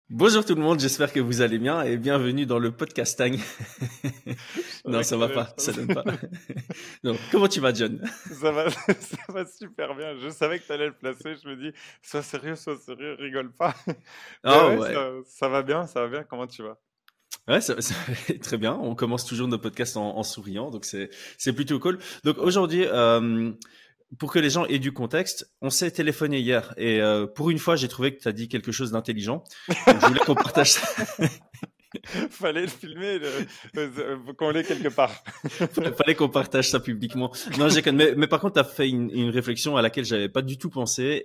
Bonjour tout le monde, j'espère que vous allez bien et bienvenue dans le podcasting. Je Non, savais que ça va t'allais le pas, ça donne pas. placer. Non, comment tu vas, John? Ça va, ça va super bien. Je savais que t'allais le placer. Je me dis, sois sérieux, rigole pas. Mais Ah ouais, ouais, ça va bien, ça va bien. Comment tu vas? ouais, ça très bien. On commence toujours nos podcasts en souriant, donc c'est plutôt cool. Donc aujourd'hui, pour que les gens aient du contexte, on s'est téléphoné hier et pour une fois, j'ai trouvé que tu as dit quelque chose d'intelligent. Donc je voulais qu'on partage ça. Fallait le filmer, qu'on l'ait quelque part. Fallait qu'on partage ça publiquement. Non, mais par contre, tu as fait une réflexion à laquelle j'avais pas du tout pensé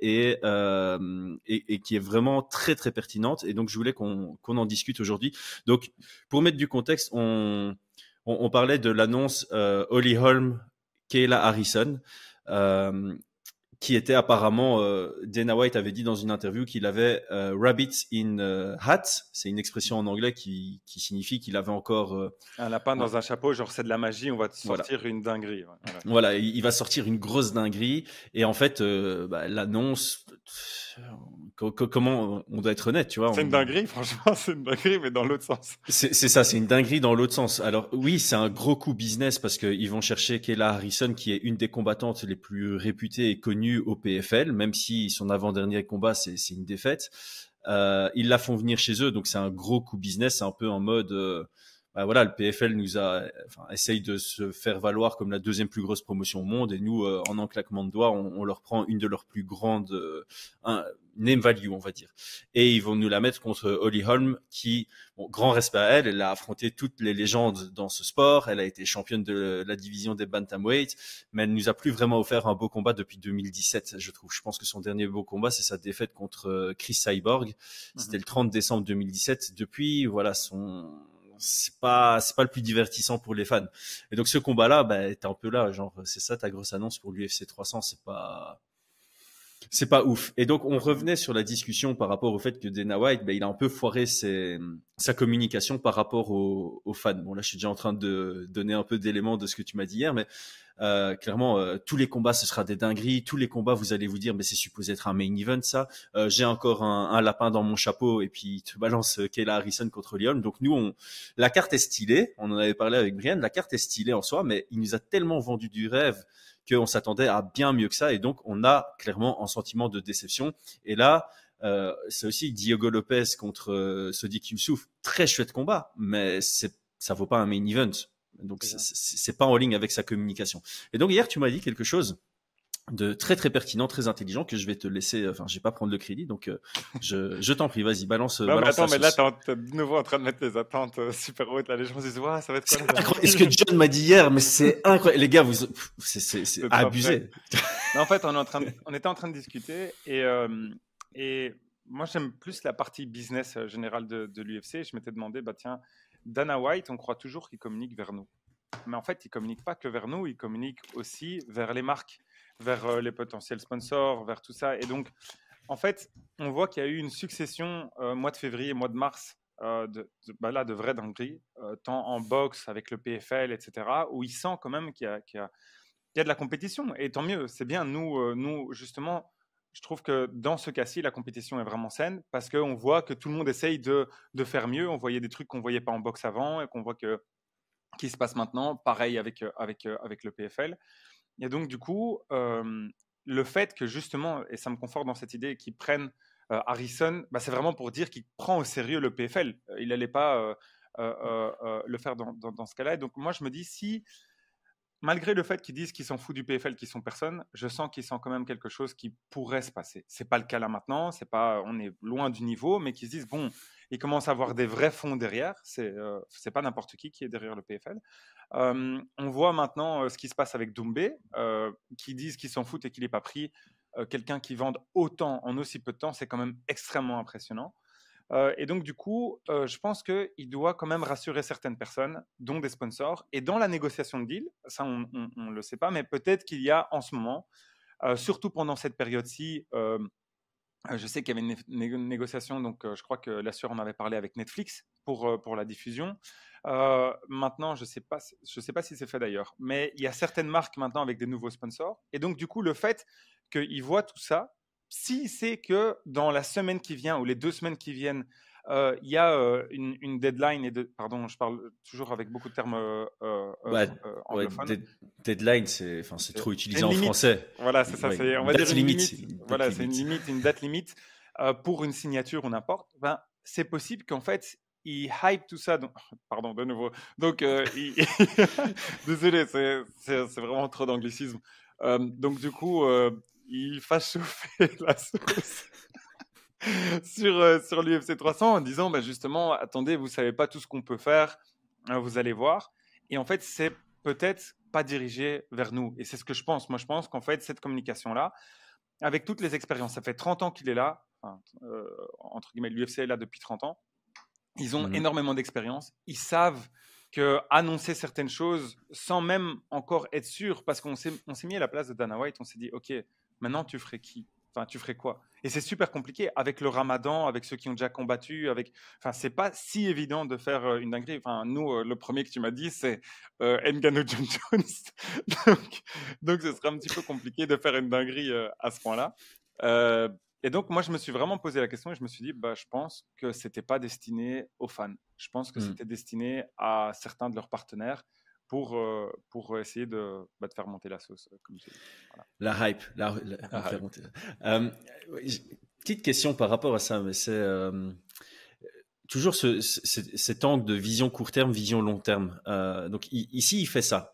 et qui est vraiment très très pertinente. Et donc, je voulais qu'on en discute aujourd'hui. Donc, pour mettre du contexte, on parlait de l'annonce Holly Holm, Kayla Harrison. Euh, qui était apparemment, Dana White avait dit dans une interview qu'il avait rabbit in hat, c'est une expression en anglais qui signifie qu'il avait encore Un lapin un, dans un chapeau, genre c'est de la magie, on va te voilà. sortir une dinguerie. Ouais, voilà. Voilà, il va sortir une grosse dinguerie et en fait, l'annonce, comment on doit être honnête, tu vois, C'est une dinguerie, franchement, c'est une dinguerie, mais dans l'autre sens. c'est ça, c'est une dinguerie dans l'autre sens. Alors oui, c'est un gros coup business parce qu'ils vont chercher Kayla Harrison, qui est une des combattantes les plus réputées et connues au PFL, même si son avant-dernier combat c'est une défaite. Ils la font venir chez eux, donc c'est un gros coup business. C'est un peu en mode, bah voilà, le PFL essaye de se faire valoir comme la deuxième plus grosse promotion au monde, et nous, en un claquement de doigts, on leur prend une de leurs plus grandes name value, on va dire. Et ils vont nous la mettre contre Holly Holm, qui, bon, grand respect à elle, elle a affronté toutes les légendes dans ce sport, elle a été championne de la division des bantamweight, mais elle nous a plus vraiment offert un beau combat depuis 2017, je trouve. Je pense que son dernier beau combat, c'est sa défaite contre Chris Cyborg. C'était Mhm. le 30 décembre 2017. Depuis, voilà, c'est pas le plus divertissant pour les fans. Et donc ce combat-là, bah, t'es un peu là, genre, c'est ça ta grosse annonce pour l'UFC 300, c'est pas ouf. Et donc, on Mhm. revenait sur la discussion par rapport au fait que Dana White, ben, il a un peu foiré sa communication par rapport aux fans. Bon, là, je suis déjà en train de donner un peu d'éléments de ce que tu m'as dit hier, mais clairement, tous les combats, ce sera des dingueries. Tous les combats, vous allez vous dire, mais c'est supposé être un main event, ça. J'ai encore un lapin dans mon chapeau, et puis il te balance Kayla Harrison contre Lyon. Donc nous, la carte est stylée. On en avait parlé avec Brian. La carte est stylée en soi, mais il nous a tellement vendu du rêve qu'on s'attendait à bien mieux que ça, et donc on a clairement un sentiment de déception. Et là, c'est aussi Diogo Lopez contre Sodiq Youssouf, très chouette combat, mais ça vaut pas un main event. Donc C'est ça. c'est pas en ligne avec sa communication. Et donc hier, tu m'as dit quelque chose de très très pertinent, très intelligent, que je vais te laisser. Enfin, je vais pas prendre le crédit, donc je t'en prie, vas-y, Non, mais balance attends, la mais là, sauce. t'es de nouveau en train de mettre les attentes super hautes. Là, les gens se disent, ouais, ça va être quoi C'est la incroyable. Et ce dinguerie? que John m'a dit hier, mais c'est incroyable. Les gars, c'est T'es pas prêt. abusé. Non, en fait, on était en train de discuter et moi, j'aime plus la partie business générale de l'UFC. Je m'étais demandé, bah tiens, Dana White, on croit toujours qu'il communique vers nous. Mais en fait, il communique pas que vers nous, il communique aussi vers les marques, vers les potentiels sponsors, vers tout ça. Et donc, en fait, on voit qu'il y a eu une succession, mois de février, mois de mars, bah là, de vraies dingueries, tant en boxe avec le PFL, etc., où il sent quand même qu'il y a de la compétition. Et tant mieux, c'est bien. Nous, justement, je trouve que dans ce cas-ci, la compétition est vraiment saine parce qu'on voit que tout le monde essaye de faire mieux. On voyait des trucs qu'on ne voyait pas en boxe avant et qu'on voit qui se passe maintenant. Pareil avec le PFL. Et donc, du coup, le fait que justement, et ça me conforte dans cette idée, qu'ils prennent Harrison, bah, c'est vraiment pour dire qu'il prend au sérieux le PFL. Il n'allait pas le faire dans ce cas-là. Et donc, moi, je me dis, si malgré le fait qu'ils disent qu'ils s'en foutent du PFL, qu'ils sont personne, je sens qu'ils sentent quand même quelque chose qui pourrait se passer. C'est pas le cas là maintenant, c'est pas, on est loin du niveau, mais qu'ils se disent bon, ils commencent à avoir des vrais fonds derrière. C'est pas n'importe qui est derrière le PFL. On voit maintenant ce qui se passe avec Doumbé, qui disent qu'ils s'en foutent et qu'il n'est pas pris. Quelqu'un qui vende autant en aussi peu de temps, c'est quand même extrêmement impressionnant. Et donc, du coup, je pense qu'il doit quand même rassurer certaines personnes, dont des sponsors. Et dans la négociation de deal, ça, on ne le sait pas, mais peut-être qu'il y a en ce moment, surtout pendant cette période-ci, je sais qu'il y avait une négociation, donc je crois que l'assureur en avait parlé avec Netflix pour la diffusion. Maintenant, je sais pas si c'est fait d'ailleurs, mais il y a certaines marques maintenant avec des nouveaux sponsors. Et donc, du coup, le fait qu'ils voient tout ça, si c'est que dans la semaine qui vient ou les 2 semaines qui viennent, il y a une deadline pardon, je parle toujours avec beaucoup de termes Ouais, ouais, anglophones. deadline, c'est trop C'est utilisé une en limite. français. Voilà, c'est ça. Ouais, On va dire date une limite, limite. date Voilà, c'est une limite. limite, une date limite pour une signature ou n'importe. Ben, c'est possible qu'en fait, ils hype tout ça. Pardon, de nouveau. Donc, désolé, c'est vraiment trop d'anglicisme. Donc, du coup, il fasse chauffer la sauce sur l'UFC 300 en disant bah, justement, attendez, vous savez pas tout ce qu'on peut faire, vous allez voir. Et en fait, c'est peut-être pas dirigé vers nous. Et c'est ce que je pense. Moi, je pense qu'en fait, cette communication-là, avec toutes les expériences, ça fait 30 ans qu'il est là, enfin, entre guillemets, l'UFC est là depuis 30 ans, ils ont énormément d'expérience, ils savent que annoncer certaines choses sans même encore être sûr, parce qu'on s'est mis à la place de Dana White, on s'est dit, ok, maintenant tu ferais qui? Enfin, tu ferais quoi? Et c'est super compliqué avec le Ramadan, avec ceux qui ont déjà combattu, enfin, c'est pas si évident de faire une dinguerie. Enfin, nous, le premier que tu m'as dit, c'est Ngannou John Jones. donc, ce serait un petit peu compliqué de faire une dinguerie à ce point-là. Et donc, moi, je me suis vraiment posé la question et je me suis dit, bah, je pense que c'était pas destiné aux fans. Je pense que c'était destiné à certains de leurs partenaires pour essayer de faire monter la sauce, comme tu dis. Voilà. La hype, la faire monter. Petite question par rapport à ça, mais c'est toujours cet angle de vision court terme, vision long terme. Donc ici, il fait ça.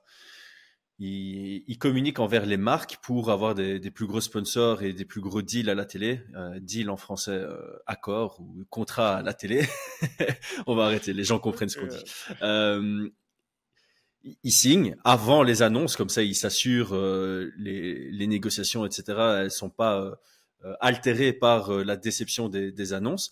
Il communique envers les marques pour avoir des plus gros sponsors et des plus gros deals à la télé. Deal en français, accord ou contrat à la télé. On va arrêter, les gens comprennent ce qu'on dit. Il signe avant les annonces, comme ça il s'assure les négociations, etc. Elles sont pas altérées par la déception des annonces.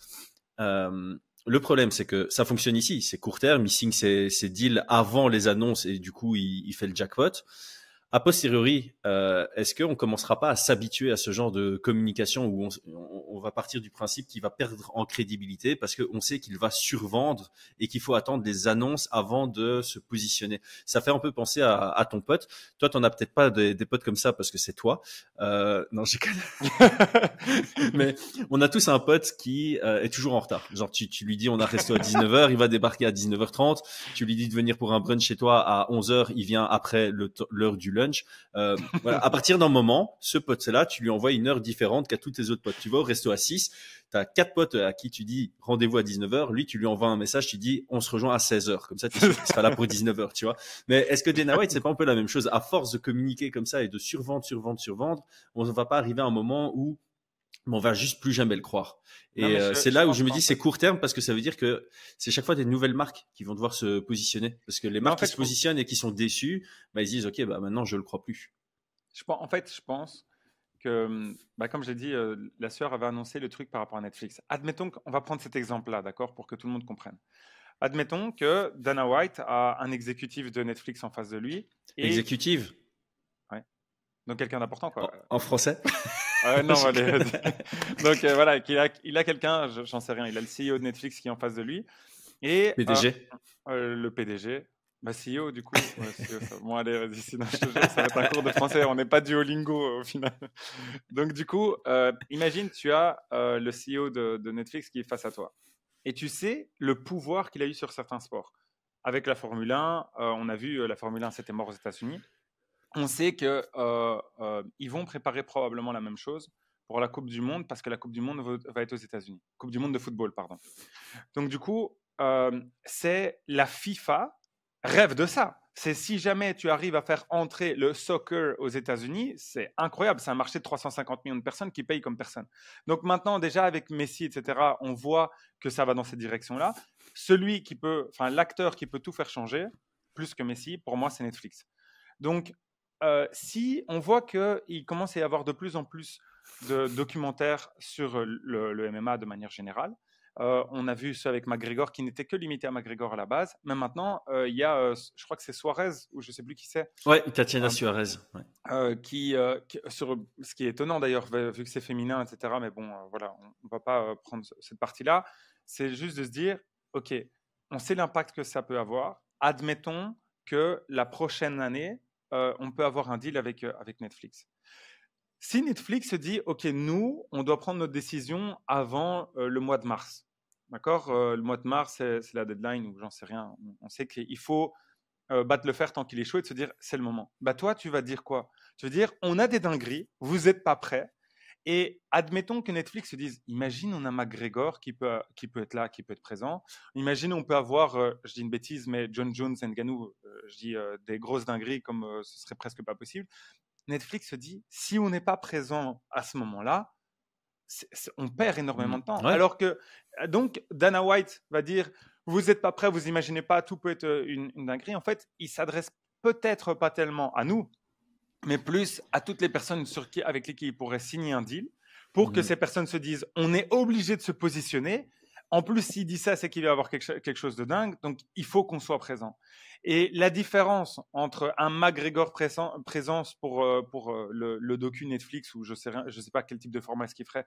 Le problème, c'est que ça fonctionne ici, c'est court terme, il signe ses deals avant les annonces et du coup, il fait le jackpot. A posteriori, est-ce qu'on commencera pas à s'habituer à ce genre de communication où on va partir du principe qu'il va perdre en crédibilité parce qu'on sait qu'il va survendre et qu'il faut attendre des annonces avant de se positionner. Ça fait un peu penser à ton pote. Toi, t'en as peut-être pas des potes comme ça parce que c'est toi. Non, j'ai mais on a tous un pote qui est toujours en retard. Genre, tu lui dis on a resto à 19h, il va débarquer à 19h30. Tu lui dis de venir pour un brunch chez toi à 11h, il vient après l'heure du lunch. Voilà. À partir d'un moment, ce pote-là, tu lui envoies une heure différente qu'à tous tes autres potes. Tu vas au resto à 6, tu as 4 potes à qui tu dis rendez-vous à 19h. Lui, tu lui envoies un message, tu dis on se rejoint à 16h. Comme ça, tu sais qu'il sera là pour 19h, tu vois. Mais est-ce que Dana White, c'est pas un peu la même chose? À force de communiquer comme ça et de survendre, on ne va pas arriver à un moment où on va juste plus jamais le croire. Et c'est là où je me dis c'est court terme parce que ça veut dire que c'est chaque fois des nouvelles marques qui vont devoir se positionner. Parce que les marques qui se positionnent et qui sont déçues, bah, ils disent ok, bah maintenant je le crois plus. Je pense que, bah, comme j'ai dit, la sœur avait annoncé le truc par rapport à Netflix. Admettons qu'on va prendre cet exemple-là, d'accord, pour que tout le monde comprenne. Admettons que Dana White a un exécutif de Netflix en face de lui. Exécutive. Ouais. Donc quelqu'un d'important, quoi. En français. Non, allez, donc voilà, il a quelqu'un, j'en sais rien, il a le CEO de Netflix qui est en face de lui. Et PDG. le PDG, bah CEO du coup. Ouais, CEO, ça. Bon, allez, vas-y, sinon je te jure, ça va être un cours de français, on n'est pas Duolingo au final. Donc du coup, imagine, tu as le CEO de Netflix qui est face à toi. Et tu sais le pouvoir qu'il a eu sur certains sports. Avec la Formule 1, on a vu, la Formule 1, c'était mort aux États-Unis. On sait qu'ils vont préparer probablement la même chose pour la Coupe du Monde parce que la Coupe du Monde va être aux États-Unis. Coupe du Monde de football, pardon. Donc du coup, c'est la FIFA rêve de ça. C'est si jamais tu arrives à faire entrer le soccer aux États-Unis, c'est incroyable. C'est un marché de 350 millions de personnes qui payent comme personne. Donc maintenant, déjà avec Messi, etc., on voit que ça va dans cette direction-là. L'acteur qui peut tout faire changer, plus que Messi, pour moi, c'est Netflix. Donc, si on voit qu'il commence à y avoir de plus en plus de documentaires sur le MMA de manière générale, on a vu ceux avec McGregor qui n'étaient que limités à McGregor à la base, mais maintenant il y a, je crois que c'est Suarez ou je ne sais plus qui c'est. Ouais, Tatiana Suarez. Ouais. Sur ce qui est étonnant d'ailleurs vu que c'est féminin, etc. Mais bon, voilà, on ne va pas prendre cette partie-là. C'est juste de se dire, ok, on sait l'impact que ça peut avoir. Admettons que la prochaine année on peut avoir un deal avec Netflix. Si Netflix se dit, OK, nous, on doit prendre notre décision avant le mois de mars, D'accord, le mois de mars, c'est la deadline ou j'en sais rien. On sait qu'il faut battre le fer tant qu'il est chaud et de se dire c'est le moment. Bah toi, tu vas dire quoi? Tu vas dire on a des dingueries, vous n'êtes pas prêts. Et admettons que Netflix se dise, imagine on a McGregor qui peut être là, qui peut être présent. Imagine on peut avoir, je dis une bêtise, mais John Jones et Ngannou, je dis des grosses dingueries comme ce serait presque pas possible. Netflix se dit, si on n'est pas présent à ce moment-là, on perd énormément de temps. Ouais. Alors que, donc, Dana White va dire, vous n'êtes pas prêt, vous imaginez pas, tout peut être une dinguerie. En fait, il s'adresse peut-être pas tellement à nous, mais plus à toutes les personnes avec lesquelles il pourrait signer un deal, pour que ces personnes se disent, on est obligé de se positionner. En plus, s'il dit ça, c'est qu'il va y avoir quelque chose de dingue, donc il faut qu'on soit présent. Et la différence entre un McGregor présence pour le docu Netflix, ou je sais pas quel type de format ce qu'il ferait,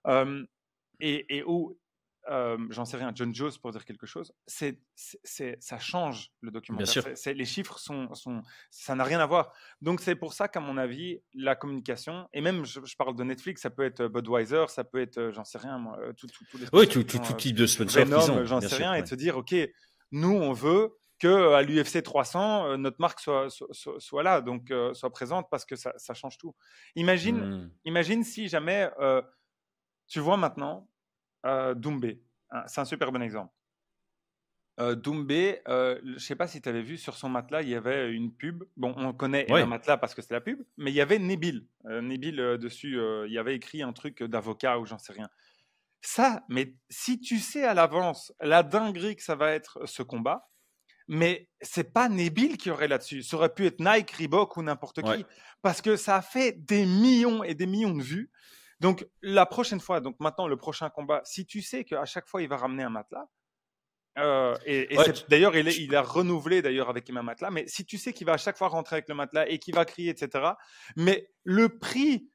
et où j'en sais rien, John Jones pour dire quelque chose, ça change le documentaire. Les chiffres ça n'a rien à voir. Donc c'est pour ça qu'à mon avis, la communication, et même je parle de Netflix, ça peut être Budweiser, ça peut être, j'en sais rien, moi, tout type de sponsor Venom, j'en sais rien, et de se dire, ok, nous on veut que à l'UFC 300, notre marque soit là, donc soit présente parce que ça change tout. Imagine si jamais, tu vois maintenant, Doumbé, c'est un super bon exemple. Doumbé, je ne sais pas si tu avais vu sur son matelas, il y avait une pub. Bon, on connaît un matelas parce que c'est la pub, mais il y avait Nabil. Nabil dessus, il y avait écrit un truc d'avocat ou j'en sais rien. Ça, mais si tu sais à l'avance la dinguerie que ça va être ce combat, mais c'est pas Nabil qui aurait là-dessus. Ça aurait pu être Nike, Reebok ou n'importe qui, parce que ça a fait des millions et des millions de vues. Donc, la prochaine fois, donc maintenant, le prochain combat, si tu sais qu'à chaque fois, il va ramener un matelas, d'ailleurs, il a renouvelé d'ailleurs avec Imam Matelas, mais si tu sais qu'il va à chaque fois rentrer avec le matelas et qu'il va crier, etc., mais le prix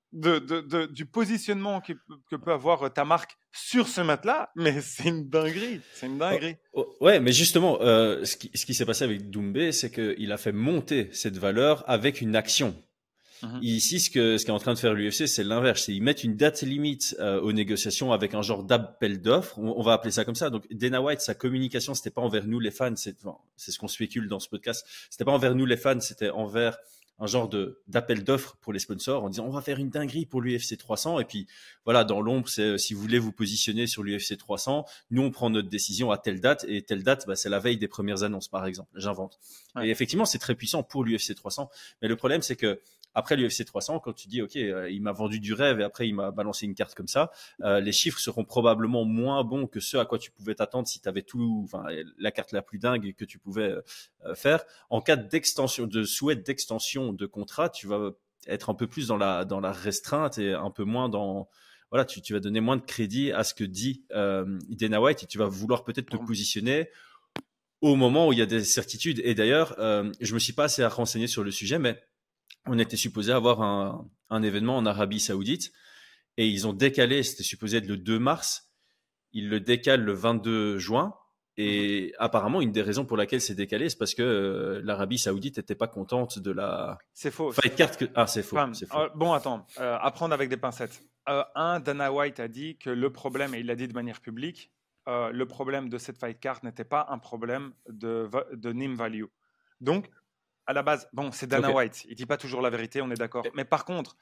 du positionnement que peut avoir ta marque sur ce matelas, mais c'est une dinguerie. C'est une dinguerie. Ouais, mais justement, ce qui s'est passé avec Doumbé, c'est qu'il a fait monter cette valeur avec une action. Ici, ce qu'est en train de faire l'UFC, c'est l'inverse. C'est ils mettent une date limite aux négociations avec un genre d'appel d'offres. On va appeler ça comme ça. Donc, Dana White, sa communication, c'était pas envers nous les fans. C'est ce qu'on spécule dans ce podcast. C'était pas envers nous les fans. C'était envers un genre d'appel d'offres pour les sponsors en disant on va faire une dinguerie pour l'UFC 300 et puis voilà, dans l'ombre, c'est si vous voulez vous positionner sur l'UFC 300, nous on prend notre décision à telle date et telle date, c'est la veille des premières annonces par exemple, j'invente. Et effectivement, c'est très puissant pour l'UFC 300, mais le problème c'est que après l'UFC 300, quand tu dis ok, il m'a vendu du rêve et après il m'a balancé une carte comme ça, les chiffres seront probablement moins bons que ceux à quoi tu pouvais t'attendre si tu avais la carte la plus dingue que tu pouvais faire. En cas de souhait d'extension de contrat, tu vas être un peu plus dans la restreinte et un peu moins dans tu vas donner moins de crédit à ce que dit Dana White et tu vas vouloir peut-être te positionner au moment où il y a des certitudes. Et d'ailleurs, je me suis pas assez renseigné sur le sujet, mais on était supposé avoir un événement en Arabie Saoudite et ils ont décalé, c'était supposé être le 2 mars, ils le décalent le 22 juin. Et apparemment, une des raisons pour laquelle c'est décalé, c'est parce que l'Arabie Saoudite n'était pas contente de la fight card. C'est faux. C'est faux. Bon, attends, à prendre avec des pincettes. Dana White a dit que le problème, et il l'a dit de manière publique, le problème de cette fight card n'était pas un problème de name value. Donc, à la base, bon, c'est Dana White. Il dit pas toujours la vérité, on est d'accord. Mais par contre,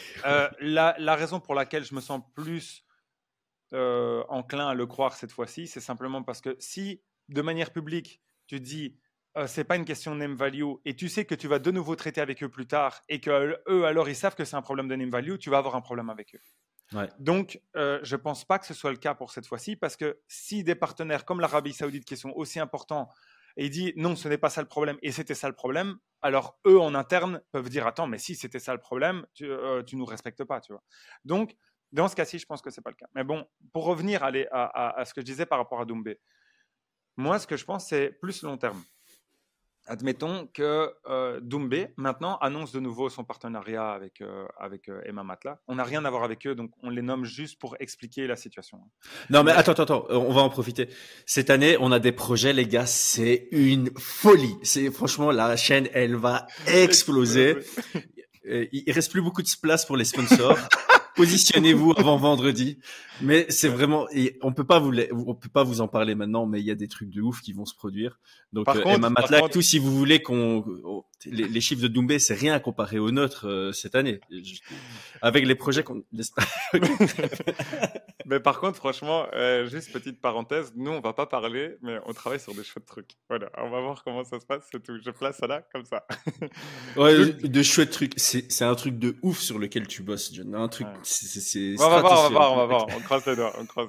la raison pour laquelle je me sens plus enclin à le croire cette fois-ci, c'est simplement parce que si, de manière publique, tu dis c'est pas une question de name value et tu sais que tu vas de nouveau traiter avec eux plus tard et que eux alors ils savent que c'est un problème de name value, tu vas avoir un problème avec eux. Ouais. Donc, je pense pas que ce soit le cas pour cette fois-ci parce que si des partenaires comme l'Arabie Saoudite qui sont aussi importants et il dit non, ce n'est pas ça le problème et c'était ça le problème, alors eux en interne peuvent dire attends, mais si c'était ça le problème, tu nous respectes pas, tu vois. Donc, dans ce cas-ci, je pense que ce n'est pas le cas. Mais bon, pour revenir à ce que je disais par rapport à Doumbé, moi, ce que je pense, c'est plus long terme. Admettons que Doumbé, maintenant, annonce de nouveau son partenariat avec Imam Matelas. On n'a rien à voir avec eux, donc on les nomme juste pour expliquer la situation. Non, mais attends, on va en profiter. Cette année, on a des projets, les gars, c'est une folie. Franchement, la chaîne, elle va exploser. Il reste plus beaucoup de place pour les sponsors. Positionnez-vous avant vendredi. Mais c'est vraiment, et on peut pas vous en parler maintenant, mais il y a des trucs de ouf qui vont se produire. Donc, Emma Matelas, tout, si vous voulez les chiffres de Doumbé, c'est rien comparé aux nôtres cette année. Avec les projets qu'on. Mais par contre, franchement, juste petite parenthèse, nous, on va pas parler, mais on travaille sur des chouettes trucs. Voilà, on va voir comment ça se passe, c'est tout. Je place ça là, comme ça. Ouais, de chouettes trucs. C'est un truc de ouf sur lequel tu bosses, John. Un truc, c'est on va voir. On croise les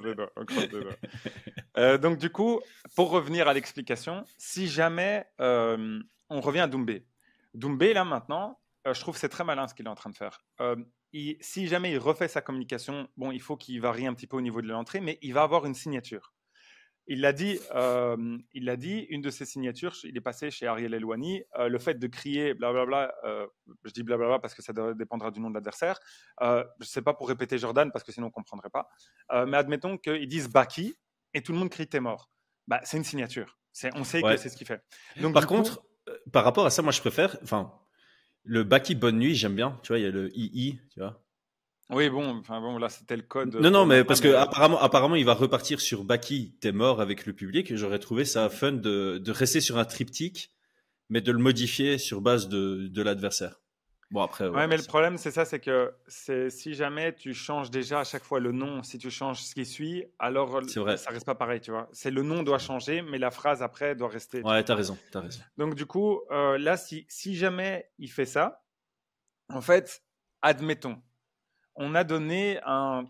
doigts. Donc, du coup, pour revenir à l'explication, si jamais on revient à Doumbé. Doumbé, là, maintenant, je trouve que c'est très malin ce qu'il est en train de faire. Si jamais il refait sa communication, bon, il faut qu'il varie un petit peu au niveau de l'entrée, mais il va avoir une signature. Il l'a dit, une de ses signatures, il est passé chez Ariel Elwani, le fait de crier blablabla, je dis blablabla parce que ça dépendra du nom de l'adversaire, je ne sais pas pour répéter Jordan parce que sinon on ne comprendrait pas, mais admettons qu'ils disent Baki et tout le monde crie t'es mort. Bah, c'est une signature, on sait que c'est ce qu'il fait. Donc, par contre, par rapport à ça, moi je préfère, le Baki bonne nuit, j'aime bien, tu vois, il y a le II, tu vois. Oui, bon, là, c'était le code. Non, mais parce que apparemment, il va repartir sur Baki, t'es mort avec le public. Et j'aurais trouvé ça fun de rester sur un triptyque, mais de le modifier sur base de l'adversaire. Bon, après. Ouais, mais le problème, c'est que si jamais tu changes déjà à chaque fois le nom, si tu changes ce qui suit, alors ça reste pas pareil, tu vois. Le nom doit changer, mais la phrase après doit rester. Ouais, t'as raison. Donc, du coup, là, si jamais il fait ça, en fait, admettons. On a donné un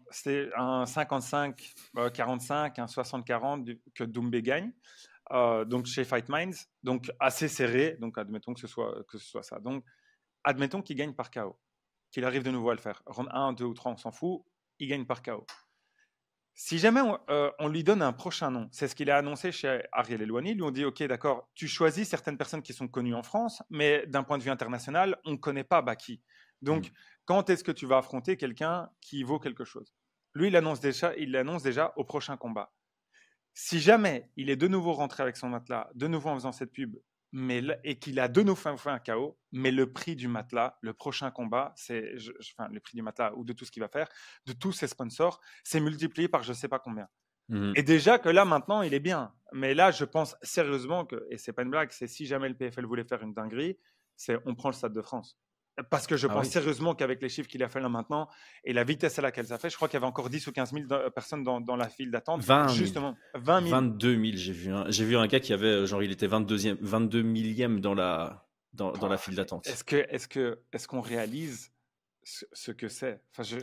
55-45, un 60-40 que Doumbé gagne, donc chez Fight Minds, donc assez serré. Donc admettons que ce soit ça. Donc admettons qu'il gagne par KO, qu'il arrive de nouveau à le faire. Round 1, 2 ou 3, on s'en fout, il gagne par KO. Si jamais on lui donne un prochain nom, c'est ce qu'il a annoncé chez Ariel Elwani, lui on dit ok d'accord, tu choisis certaines personnes qui sont connues en France, mais d'un point de vue international, on ne connaît pas Baki. Donc quand est-ce que tu vas affronter quelqu'un qui vaut quelque chose? Lui il l'annonce déjà au prochain combat. Si jamais il est de nouveau rentré avec son matelas, de nouveau en faisant cette pub, et qu'il a de nouveau fait un KO, mais le prix du matelas, le prochain combat, le prix du matelas ou de tout ce qu'il va faire, de tous ses sponsors, c'est multiplié par je ne sais pas combien. Et déjà que là, maintenant, il est bien. Mais là, je pense sérieusement que, et c'est pas une blague, c'est si jamais le PFL voulait faire une dinguerie, on prend le Stade de France. Parce que je pense sérieusement qu'avec les chiffres qu'il a fait là maintenant et la vitesse à laquelle ça fait, je crois qu'il y avait encore 10 ou 15 000 personnes dans la file d'attente. 20 000. Justement, 20 000. 22 000, j'ai vu un gars qui avait, il était 22 millième dans la file d'attente. Est-ce qu'on réalise ce que c'est?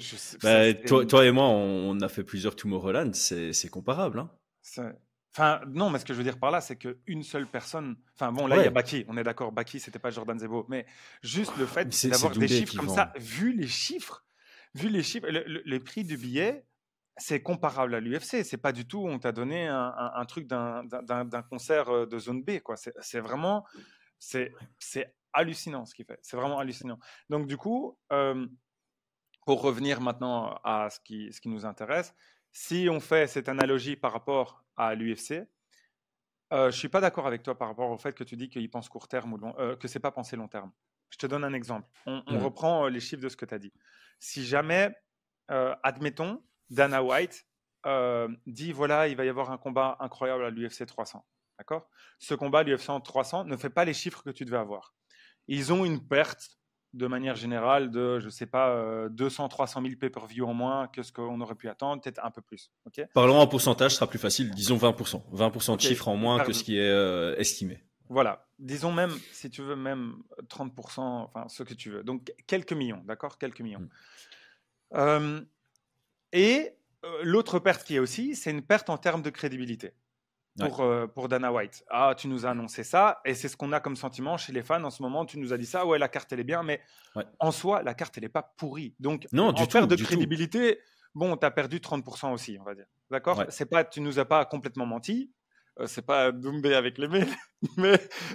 Toi et moi, on a fait plusieurs Tomorrowland, c'est comparable. Hein. Non, mais ce que je veux dire par là, c'est qu'une seule personne. Enfin, bon, là, il y a Baki, on est d'accord. Baki, c'était pas Jordan Zebo. Mais juste le fait d'avoir des chiffres comme ça, vu les chiffres, le prix du billet, c'est comparable à l'UFC. C'est pas du tout, on t'a donné un truc d'un concert de zone B, quoi. C'est vraiment. C'est hallucinant ce qu'il fait. C'est vraiment hallucinant. Donc, du coup, pour revenir maintenant à ce qui nous intéresse, si on fait cette analogie par rapport à l'UFC, je ne suis pas d'accord avec toi par rapport au fait que tu dis qu'il pense court terme ou que ce n'est pas penser long terme. Je te donne un exemple. On reprend les chiffres de ce que tu as dit. Si jamais, admettons, Dana White dit voilà, il va y avoir un combat incroyable à l'UFC 300. D'accord ? Ce combat, l'UFC 300, ne fait pas les chiffres que tu devais avoir. Ils ont une perte de manière générale de, je ne sais pas, 200, 300 000 pay-per-view en moins que ce qu'on aurait pu attendre, peut-être un peu plus. Okay ? Parlons en pourcentage, ce sera plus facile. Disons 20%. 20% de chiffres en moins que ce qui est estimé. Voilà. Disons même, si tu veux, même 30%, enfin, ce que tu veux. Donc, quelques millions, d'accord ? Quelques millions. L'autre perte qui est aussi, c'est une perte en termes de crédibilité. Pour Dana White. Ah, tu nous as annoncé ça, et c'est ce qu'on a comme sentiment chez les fans en ce moment. Tu nous as dit ça, ouais, la carte elle est bien, mais en soi, la carte elle n'est pas pourrie. Donc, en termes de crédibilité, bon, tu as perdu 30% aussi, on va dire. D'accord ? C'est pas, tu nous as pas complètement menti. C'est pas Doumbé avec les mails, mais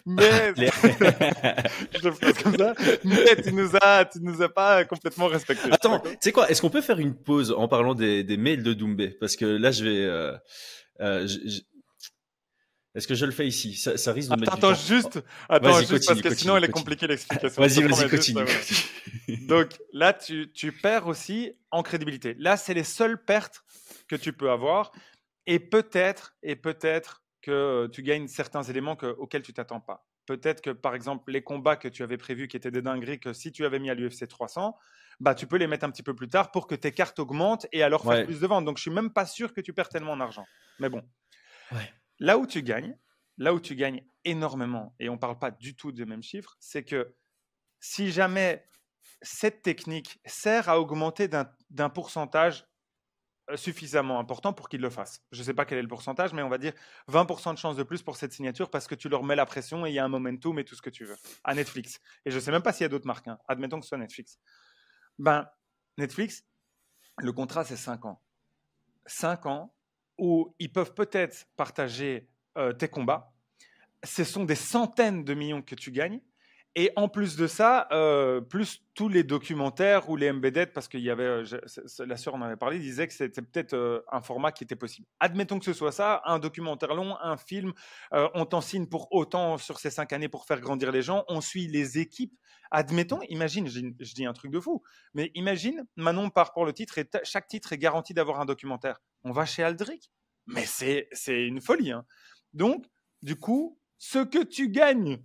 je pense comme ça. Mais tu nous as pas complètement respecté. Attends, tu sais quoi ? Est-ce qu'on peut faire une pause en parlant des mails de Doumbé ? Parce que là, je vais Est-ce que je le fais ici? Ça risque de mettre du Attends, temps. juste, Vas-y, parce continue, que sinon elle est continue. compliquée l'explication. Vas-y, Je te promets continue. juste, Donc là, tu perds aussi en crédibilité. Là, c'est les seules pertes que tu peux avoir. Et peut-être que tu gagnes certains éléments auxquels tu t'attends pas. Peut-être que, par exemple, les combats que tu avais prévus, qui étaient des dingueries, que si tu avais mis à l'UFC 300, bah, tu peux les mettre un petit peu plus tard pour que tes cartes augmentent et alors faire Ouais. plus de ventes. Donc, je suis même pas sûr que tu perds tellement en argent. Mais bon, Ouais. là où tu gagnes énormément, et on ne parle pas du tout des mêmes chiffres, c'est que si jamais cette technique sert à augmenter d'un pourcentage suffisamment important pour qu'ils le fassent. Je ne sais pas quel est le pourcentage, mais on va dire 20% de chance de plus pour cette signature parce que tu leur mets la pression et il y a un momentum et tout ce que tu veux. À Netflix. Et je ne sais même pas s'il y a d'autres marques. Hein. Admettons que ce soit Netflix. Ben, Netflix, le contrat, c'est 5 ans. 5 ans où ils peuvent peut-être partager tes combats. Ce sont des centaines de millions que tu gagnes. Et en plus de ça, plus tous les documentaires ou les embedded, parce qu'il y avait, la sœur en avait parlé, disait que c'était peut-être un format qui était possible. Admettons que ce soit ça, un documentaire long, un film, on t'en signe pour autant sur ces 5 années pour faire grandir les gens, on suit les équipes. Admettons, imagine, je dis un truc de fou, mais imagine, Manon part pour le titre et chaque titre est garanti d'avoir un documentaire. On va chez Aldric, mais c'est une folie. Hein. Donc, du coup, ce que tu gagnes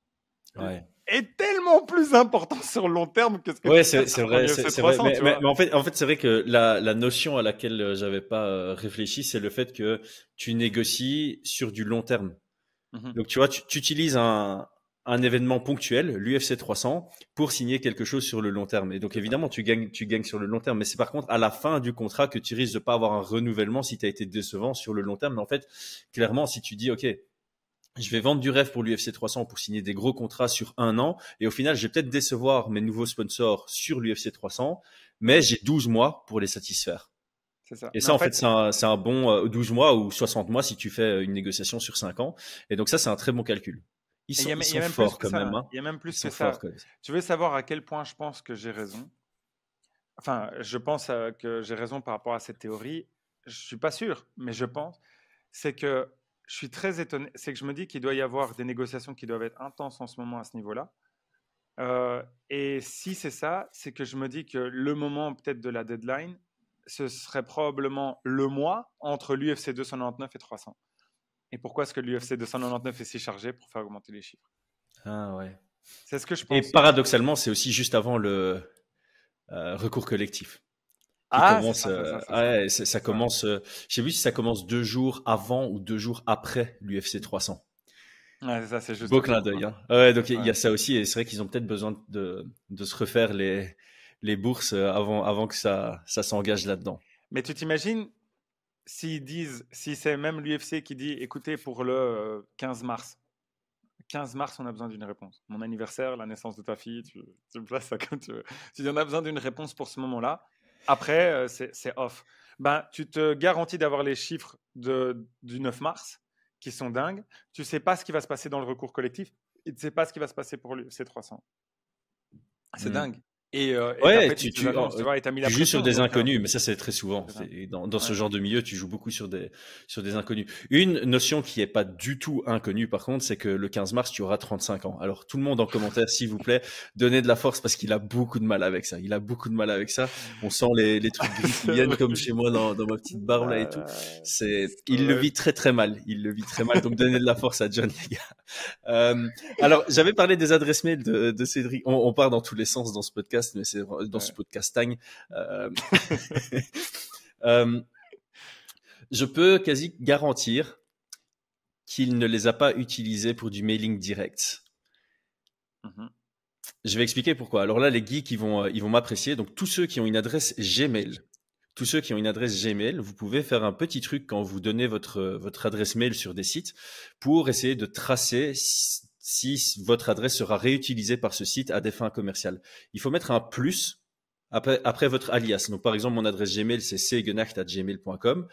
est tellement plus important sur le long terme que ce que tu c'est vrai, c'est vrai. Mais en fait, c'est vrai que la notion à laquelle j'avais pas réfléchi, c'est le fait que tu négocies sur du long terme. Donc, tu vois, tu utilises un événement ponctuel, l'UFC 300, pour signer quelque chose sur le long terme. Et donc, évidemment, tu gagnes sur le long terme. Mais c'est par contre à la fin du contrat que tu risques de pas avoir un renouvellement si tu as été décevant sur le long terme. Mais en fait, clairement, si tu dis, OK, je vais vendre du rêve pour l'UFC 300 pour signer des gros contrats sur 1 an. Et au final, je vais peut-être décevoir mes nouveaux sponsors sur l'UFC 300, mais j'ai 12 mois pour les satisfaire. C'est ça. Et ça, en fait, c'est un bon 12 mois ou 60 mois si tu fais une négociation sur 5 ans. Et donc ça, c'est un très bon calcul. Ils sont forts quand même. Il y a même plus que ça. Tu veux savoir à quel point je pense que j'ai raison? Enfin, je pense que j'ai raison par rapport à cette théorie. Je suis pas sûr, mais je pense. C'est que je suis très étonné. C'est que je me dis qu'il doit y avoir des négociations qui doivent être intenses en ce moment à ce niveau-là. Et si c'est ça, c'est que je me dis que le moment peut-être de la deadline, ce serait probablement le mois entre l'UFC 299 et 300. Et pourquoi est-ce que l'UFC 299 est si chargé pour faire augmenter les chiffres? Ah ouais. C'est ce que je pense. Et paradoxalement, c'est aussi juste avant le recours collectif. Ça commence. Je sais plus si ça commence 2 jours avant ou 2 jours après l'UFC 300. Ouais, c'est ça, c'est juste. Beau clin d'œil. Hein. Ouais, donc il y a ça aussi, et c'est vrai qu'ils ont peut-être besoin de se refaire les bourses avant que ça s'engage là-dedans. Mais tu t'imagines si c'est même l'UFC qui dit, écoutez, pour le 15 mars, on a besoin d'une réponse. Mon anniversaire, la naissance de ta fille, tu places ça comme tu veux. Tu dis, on a besoin d'une réponse pour ce moment-là. Après, c'est off. Ben, tu te garantis d'avoir les chiffres du 9 mars qui sont dingues. Tu sais pas ce qui va se passer dans le recours collectif. Et tu sais pas ce qui va se passer pour l'UFC 300. C'est dingue. Et tu joues sur des inconnus, mais ça c'est très souvent. Dans ce genre de milieu, tu joues beaucoup sur des inconnus. Une notion qui est pas du tout inconnue, par contre, c'est que le 15 mars, tu auras 35 ans. Alors tout le monde en commentaire, s'il vous plaît, donnez de la force parce qu'il a beaucoup de mal avec ça. On sent les trucs gris qui viennent comme chez moi dans ma petite barbe là et tout. Il le vit très très mal. Donc donnez de la force à John, les gars. Alors j'avais parlé des adresses mail de Cédric. On part dans tous les sens dans ce podcast, mais c'est dans ce podcasting. Je peux quasi garantir qu'il ne les a pas utilisés pour du mailing direct. Je vais expliquer pourquoi. Alors là, les geeks, ils vont m'apprécier. Donc tous ceux qui ont une adresse Gmail, vous pouvez faire un petit truc quand vous donnez votre adresse mail sur des sites pour essayer de tracer si votre adresse sera réutilisée par ce site à des fins commerciales. Il faut mettre un plus après votre alias. Donc, par exemple, mon adresse Gmail, c'est cgenacht@gmail.com.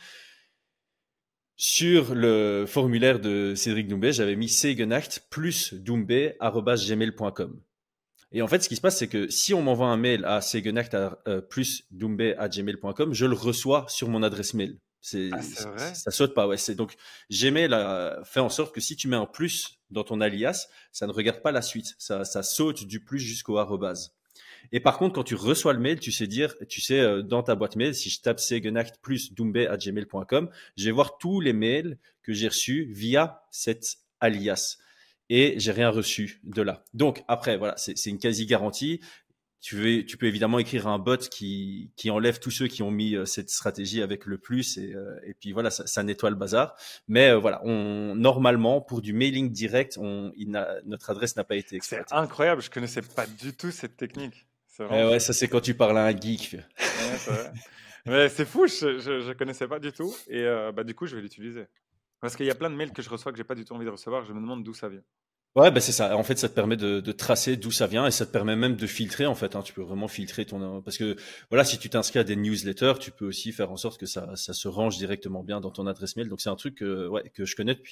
Sur le formulaire de Cédric Doumbé, j'avais mis cgenacht plus doumbé@gmail.com. Et en fait, ce qui se passe, c'est que si on m'envoie un mail à cgenacht plus doumbé@gmail.com, je le reçois sur mon adresse mail. Ah, c'est vrai? Ça saute pas. Ouais. Donc Gmail a fait en sorte que si tu mets un plus dans ton alias, ça ne regarde pas la suite. Ça saute du plus jusqu'au arrobase. Et par contre, quand tu reçois le mail, tu sais, dans ta boîte mail, si je tape segenacht plus doumbé@gmail.com, je vais voir tous les mails que j'ai reçus via cet alias. Et j'ai rien reçu de là. Donc après, voilà, c'est une quasi garantie. Tu peux évidemment écrire un bot qui enlève tous ceux qui ont mis cette stratégie avec le plus et puis voilà, ça nettoie le bazar. Mais voilà, normalement, pour du mailing direct, notre adresse n'a pas été C'est exploitée. incroyable, je connaissais pas du tout cette technique. C'est Eh vraiment ouais, fou. ça c'est quand tu parles à un geek. Ouais, c'est vrai. Mais c'est fou, je connaissais pas du tout. Et bah, du coup, je vais l'utiliser. Parce qu'il y a plein de mails que je reçois que j'ai pas du tout envie de recevoir. Je me demande d'où ça vient. Ouais, bah c'est ça. En fait, ça te permet de tracer d'où ça vient et ça te permet même de filtrer en fait. Hein. Tu peux vraiment filtrer parce que voilà, si tu t'inscris à des newsletters, tu peux aussi faire en sorte que ça se range directement bien dans ton adresse mail. Donc c'est un truc ouais, que je connais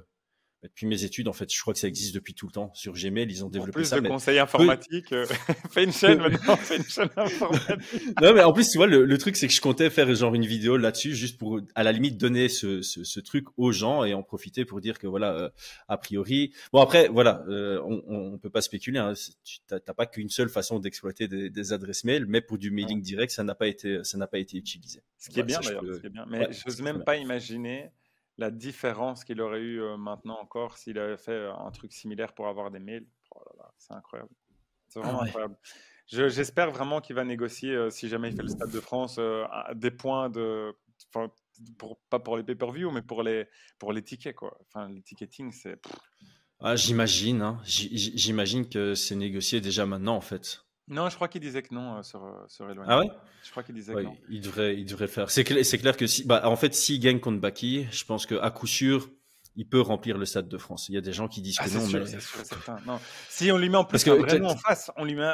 depuis mes études. En fait, je crois que ça existe depuis tout le temps. Sur Gmail, ils ont Pour développé plus ça, de mais conseils peu, informatiques, fais une chaîne maintenant, fais une chaîne informatique. non, mais en plus, tu vois, le truc, c'est que je comptais faire genre une vidéo là-dessus, juste pour, à la limite, donner ce truc aux gens et en profiter pour dire que voilà, a priori. Bon, après, voilà, on peut pas spéculer. Hein, tu t'as pas qu'une seule façon d'exploiter des adresses mail, mais pour du Ouais. mailing direct, ça n'a pas été utilisé. Ce qui est Voilà, bien ça je d'ailleurs, ce peux. qui est bien. Ouais, Mais je n'ose c'est très même bien. pas imaginer la différence qu'il aurait eu maintenant encore s'il avait fait un truc similaire pour avoir des mails. Oh là là, c'est incroyable. C'est Ah vraiment ouais. incroyable. J'espère vraiment qu'il va négocier, si jamais il fait le Stade de France, des points enfin, pas pour les pay-per-view, mais pour les tickets, quoi. Enfin, le ticketing, c'est. Ah, j'imagine, hein. J'imagine que c'est négocié déjà maintenant, en fait. Non, je crois qu'il disait que non sur Ah Éloigné. ouais? Je crois qu'il disait que non. Oui, il devrait le faire. C'est clair que si, bah, en fait, s'il gagne contre Baki, je pense qu'à coup sûr, il peut remplir le Stade de France. Il y a des gens qui disent Ah, que non, mais c'est sûr et certain. Non. Si on lui met en parce plus un que vrai nom en face,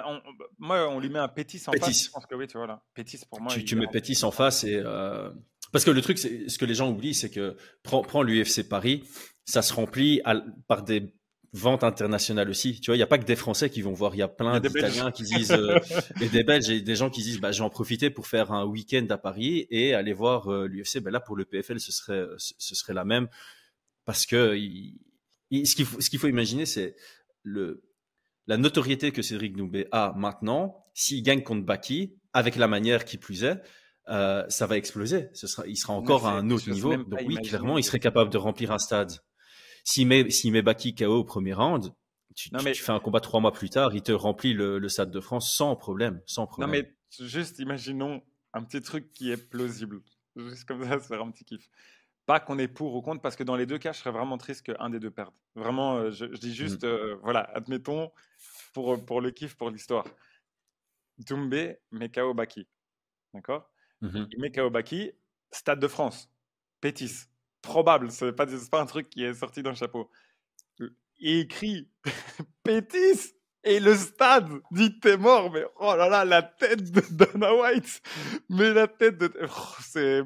moi, on lui met un Pétis en face, je Pétis, pense que oui, tu vois là. Pétis, pour moi, tu il mets remplit Pétis en totalement. face et parce que le truc, c'est ce que les gens oublient, c'est que prends l'UFC Paris, ça se remplit par des ventes internationales aussi. Tu vois, il y a pas que des Français qui vont voir. Il y a Il y a plein des Belges. d'Italiens qui disent et des Belges et des gens qui disent, bah, je vais en profiter pour faire un week-end à Paris et aller voir l'UFC. Ben là, pour le PFL, ce serait la même. Parce que ce qu'il faut imaginer, c'est le, la notoriété que Cédric Doumbé a maintenant. S'il gagne contre Baki, avec la manière qui plus est, ça va exploser. Il sera Mais encore à un autre j'ose niveau. même Donc pas oui, clairement, imaginer il serait capable de remplir un stade. S'il met Baki KO au premier round, Non mais, tu fais un combat 3 mois plus tard, il te remplit le Stade de France sans problème, sans non problème. mais, juste imaginons un petit truc qui est plausible. Juste comme ça, se faire un petit kiff. Pas qu'on est pour ou contre, parce que dans les deux cas, je serais vraiment triste qu'un des deux perde. Vraiment, je dis Mm juste, voilà, admettons, pour le kiff, pour l'histoire. Doumbé met KO Baki. D'accord? -hmm. Il met KO Baki, Stade de France, Pétis. Probable, c'est pas un truc qui est sorti d'un chapeau. Et il crie Pétis et le stade dit t'es mort, mais oh là là, la tête de Dana White, mais la tête de. Oh, c'est.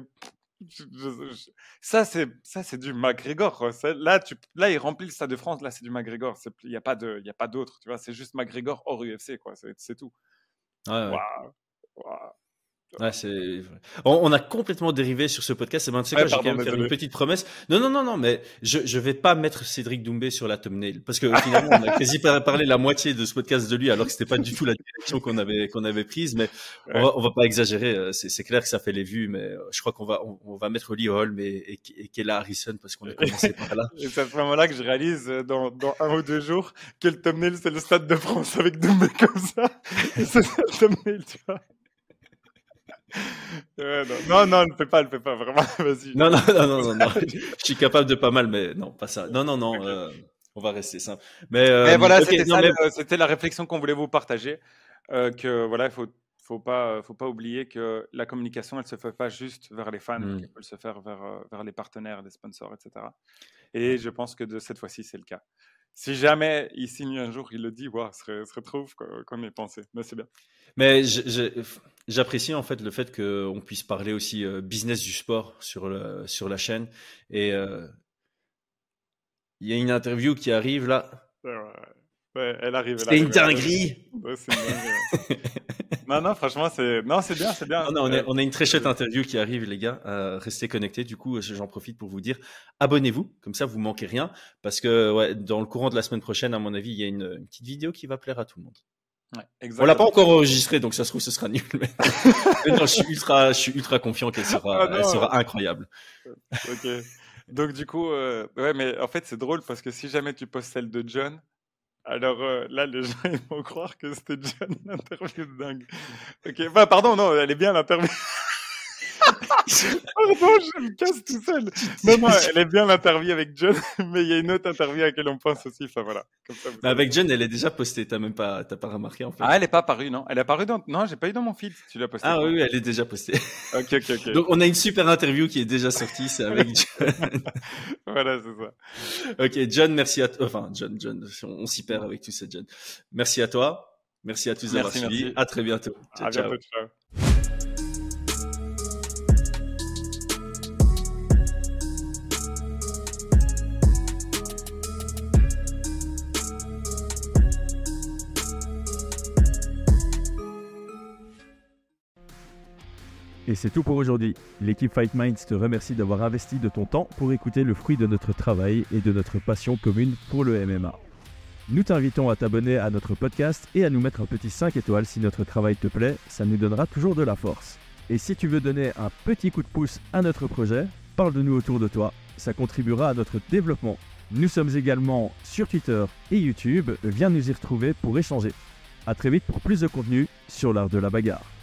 Ça, c'est du McGregor. Quoi. Là, il remplit le Stade de France. Là, c'est du McGregor. Il n'y a pas d'autre. Tu vois, c'est juste McGregor hors UFC. Quoi. C'est tout. Ouais, ouais. Waouh. Waouh. Ouais, on a complètement dérivé sur ce podcast. Et ben, tu sais Ouais, quoi, je vais quand pardon, même faire une désolé. petite promesse. Non, mais je vais pas mettre Cédric Doumbé sur la thumbnail. Parce que finalement, on a quasi parlé la moitié de ce podcast de lui, alors que c'était pas du tout la direction qu'on avait prise. Mais Ouais. on va pas exagérer. C'est clair que ça fait les vues, mais je crois on va mettre Lee Holm et Kayla Harrison parce qu'on a commencé par là. Et c'est à ce moment-là que je réalise, dans 1 ou 2 jours, que le thumbnail, c'est le Stade de France avec Doumbé comme ça. Et c'est ça le thumbnail, tu vois. Ouais, non, ne le fais pas, vraiment, vas-y. Non. Je suis capable de pas mal, mais non, pas ça. Non, Ok. on va rester simple. Mais, Mais voilà, ok, non, mais, c'était la réflexion qu'on voulait vous partager. Que voilà, faut pas oublier que la communication, elle se fait pas juste vers les fans, hmm. qu'elle peut se faire vers les partenaires, les sponsors, etc. Et je pense que de cette fois-ci, c'est le cas. Si jamais il signe un jour, il le dit, wow, ce serait trop ouf qu'on ait pensé. Mais c'est bien. Mais j'apprécie en fait le fait qu'on puisse parler aussi business du sport sur la chaîne. Et il y a une interview qui arrive là. Ouais. Ouais, elle arrive. C'est une dinguerie. Ouais, c'est une dinguerie. Non, franchement, c'est bien. Non, on a une très chouette interview qui arrive, les gars. Restez connectés. Du coup, j'en profite pour vous dire, abonnez-vous. Comme ça, vous manquez rien. Parce que dans le courant de la semaine prochaine, à mon avis, il y a une petite vidéo qui va plaire à tout le monde. Ouais, on l'a pas encore enregistrée, donc ça se trouve, ce sera nul. Mais non, je suis ultra confiant qu'elle sera incroyable. Ok. Donc, du coup, ouais, mais en fait, c'est drôle parce que si jamais tu postes celle de John, alors là, les gens ils vont croire que c'était John l'interview de dingue. Ok, enfin, pardon, non, elle est bien l'interview. Pardon, je me casse tout seul. Non, elle est bien l'interview avec John, mais il y a une autre interview à laquelle on pense aussi. Enfin voilà. Comme ça, avec John, elle est déjà postée. T'as pas remarqué en fait. Ah, elle est pas apparue, non. Elle est apparue non, j'ai pas eu dans mon feed. Tu l'as postée. Ah oui, elle est déjà postée. Ok. Donc on a une super interview qui est déjà sortie, c'est avec John. Voilà, c'est ça. Ok, John, merci à toi. Enfin, John, on s'y perd avec tous ces John. Merci à toi. Merci à tous d'avoir suivi. À très bientôt. Ciao, ciao. Et c'est tout pour aujourd'hui. L'équipe Fight Minds te remercie d'avoir investi de ton temps pour écouter le fruit de notre travail et de notre passion commune pour le MMA. Nous t'invitons à t'abonner à notre podcast et à nous mettre un petit 5 étoiles si notre travail te plaît, ça nous donnera toujours de la force. Et si tu veux donner un petit coup de pouce à notre projet, parle de nous autour de toi, ça contribuera à notre développement. Nous sommes également sur Twitter et YouTube, viens nous y retrouver pour échanger. A très vite pour plus de contenu sur l'art de la bagarre.